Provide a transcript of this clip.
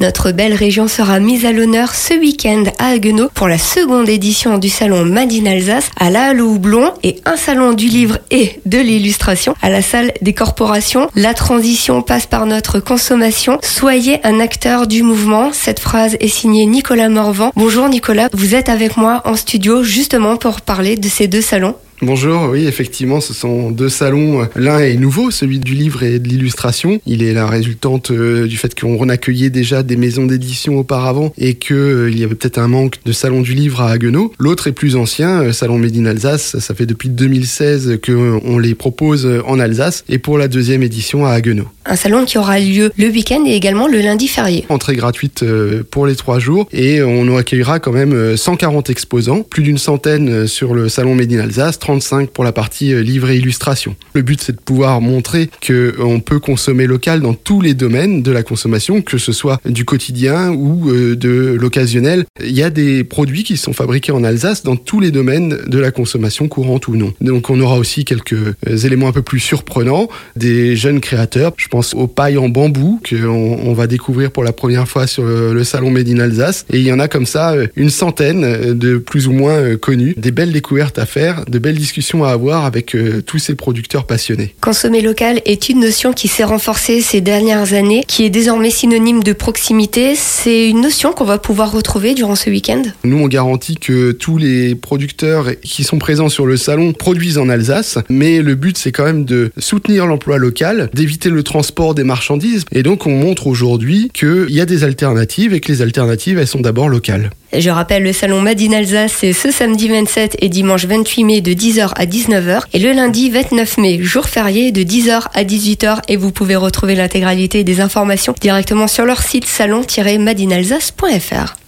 Notre belle région sera mise à l'honneur ce week-end à Haguenau pour la seconde édition du salon Made in Alsace à la Halle au Houblon et un salon du livre et de l'illustration à la salle des corporations. La transition passe par notre consommation. Soyez un acteur du mouvement. Cette phrase est signée Nicolas Morvan. Bonjour Nicolas, vous êtes avec moi en studio justement pour parler de ces deux salons. Bonjour, oui, effectivement, ce sont deux salons. L'un est nouveau, celui du livre et de l'illustration. Il est la résultante du fait qu'on accueillait déjà des maisons d'édition auparavant et qu'il y avait peut-être un manque de salon du livre à Haguenau. L'autre est plus ancien, salon Made in Alsace. Ça fait depuis 2016 qu'on les propose en Alsace et pour la deuxième édition à Haguenau. Un salon qui aura lieu le week-end et également le lundi férié. Entrée gratuite pour les 3 jours et on accueillera quand même 140 exposants, plus d'une centaine sur le salon Made in Alsace, 35 pour la partie livre et illustration. Le but, c'est de pouvoir montrer qu'on peut consommer local dans tous les domaines de la consommation, que ce soit du quotidien ou de l'occasionnel. Il y a des produits qui sont fabriqués en Alsace dans tous les domaines de la consommation courante ou non. Donc on aura aussi quelques éléments un peu plus surprenants, des jeunes créateurs. Je pense aux pailles en bambou qu'on va découvrir pour la première fois sur le salon Made in Alsace. Et il y en a comme ça une centaine de plus ou moins connus. Des belles découvertes à faire, de belles discussions à avoir avec tous ces producteurs passionnés. Consommer local est une notion qui s'est renforcée ces dernières années, qui est désormais synonyme de proximité. C'est une notion qu'on va pouvoir retrouver durant ce week-end. Nous, on garantit que tous les producteurs qui sont présents sur le salon produisent en Alsace, mais le but, c'est quand même de soutenir l'emploi local, d'éviter le transport des marchandises. Et donc, on montre aujourd'hui qu'il y a des alternatives et que les alternatives, elles sont d'abord locales. Je rappelle, le salon Made in Alsace, c'est ce samedi 27 et dimanche 28 mai de 10h à 19h et le lundi 29 mai, jour férié, de 10h à 18h et vous pouvez retrouver l'intégralité des informations directement sur leur site salon-madeinalsace.fr.